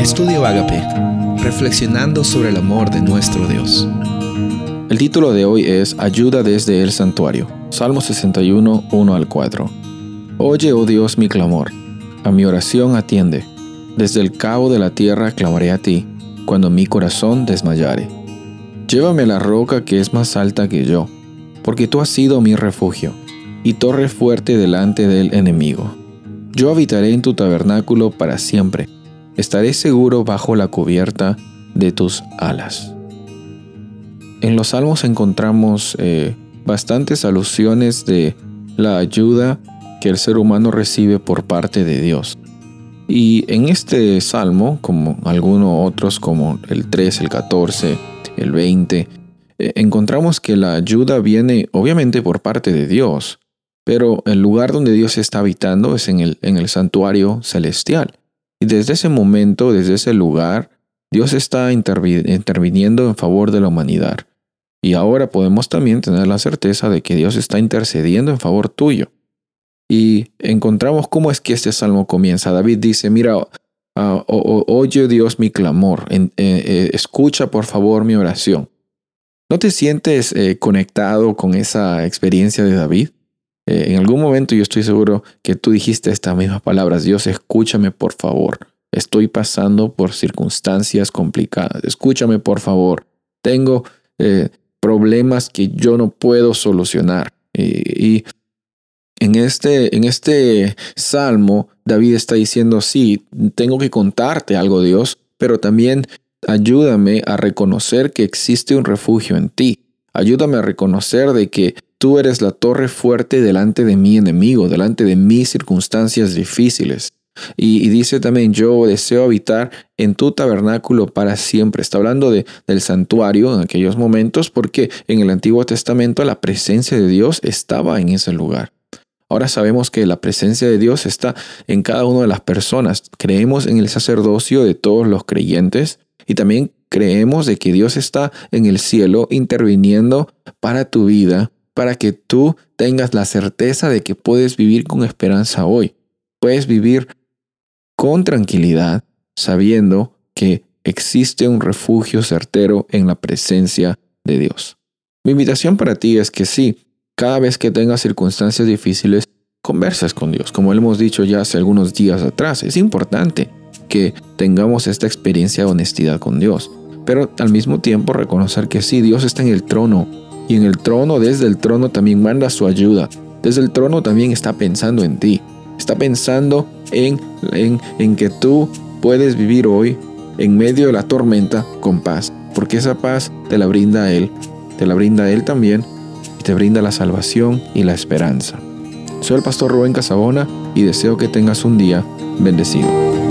Estudio Ágape, reflexionando sobre el amor de nuestro Dios. El título de hoy es Ayuda desde el santuario. Salmo 61, 1 al 4. Oye, oh Dios, mi clamor. A mi oración atiende. Desde el cabo de la tierra clamaré a ti, cuando mi corazón desmayare. Llévame a la roca que es más alta que yo, porque tú has sido mi refugio, y torre fuerte delante del enemigo. Yo habitaré en tu tabernáculo para siempre. Estaré seguro bajo la cubierta de tus alas. En los salmos encontramos bastantes alusiones de la ayuda que el ser humano recibe por parte de Dios. Y en este salmo, como algunos otros como el 3, el 14, el 20, encontramos que la ayuda viene obviamente por parte de Dios, pero el lugar donde Dios está habitando es en el santuario celestial. Y desde ese momento, desde ese lugar, Dios está interviniendo en favor de la humanidad. Y ahora podemos también tener la certeza de que Dios está intercediendo en favor tuyo. Y encontramos cómo es que este salmo comienza. David dice, mira, oye Dios mi clamor, escucha por favor mi oración. ¿No te sientes conectado con esa experiencia de David? En algún momento yo estoy seguro que tú dijiste estas mismas palabras. Dios, escúchame por favor. Estoy pasando por circunstancias complicadas. Escúchame por favor. Tengo problemas que yo no puedo solucionar. Y en este salmo, David está diciendo, sí, tengo que contarte algo, Dios, pero también ayúdame a reconocer que existe un refugio en ti. Ayúdame a reconocer de que tú eres la torre fuerte delante de mi enemigo, delante de mis circunstancias difíciles. Y dice también, yo deseo habitar en tu tabernáculo para siempre. Está hablando del santuario en aquellos momentos porque en el Antiguo Testamento la presencia de Dios estaba en ese lugar. Ahora sabemos que la presencia de Dios está en cada una de las personas. Creemos en el sacerdocio de todos los creyentes y también creemos de que Dios está en el cielo interviniendo para tu vida, para que tú tengas la certeza de que puedes vivir con esperanza hoy. Puedes vivir con tranquilidad, sabiendo que existe un refugio certero en la presencia de Dios. Mi invitación para ti es que sí, cada vez que tengas circunstancias difíciles, conversas con Dios. Como hemos dicho ya hace algunos días atrás, es importante que tengamos esta experiencia de honestidad con Dios. Pero al mismo tiempo reconocer que sí, Dios está en el trono. Y en el trono, desde el trono también manda su ayuda. Desde el trono también está pensando en ti. Está pensando en que tú puedes vivir hoy en medio de la tormenta con paz. Porque esa paz te la brinda Él. Te la brinda Él también. Y te brinda la salvación y la esperanza. Soy el pastor Rubén Casabona y deseo que tengas un día bendecido.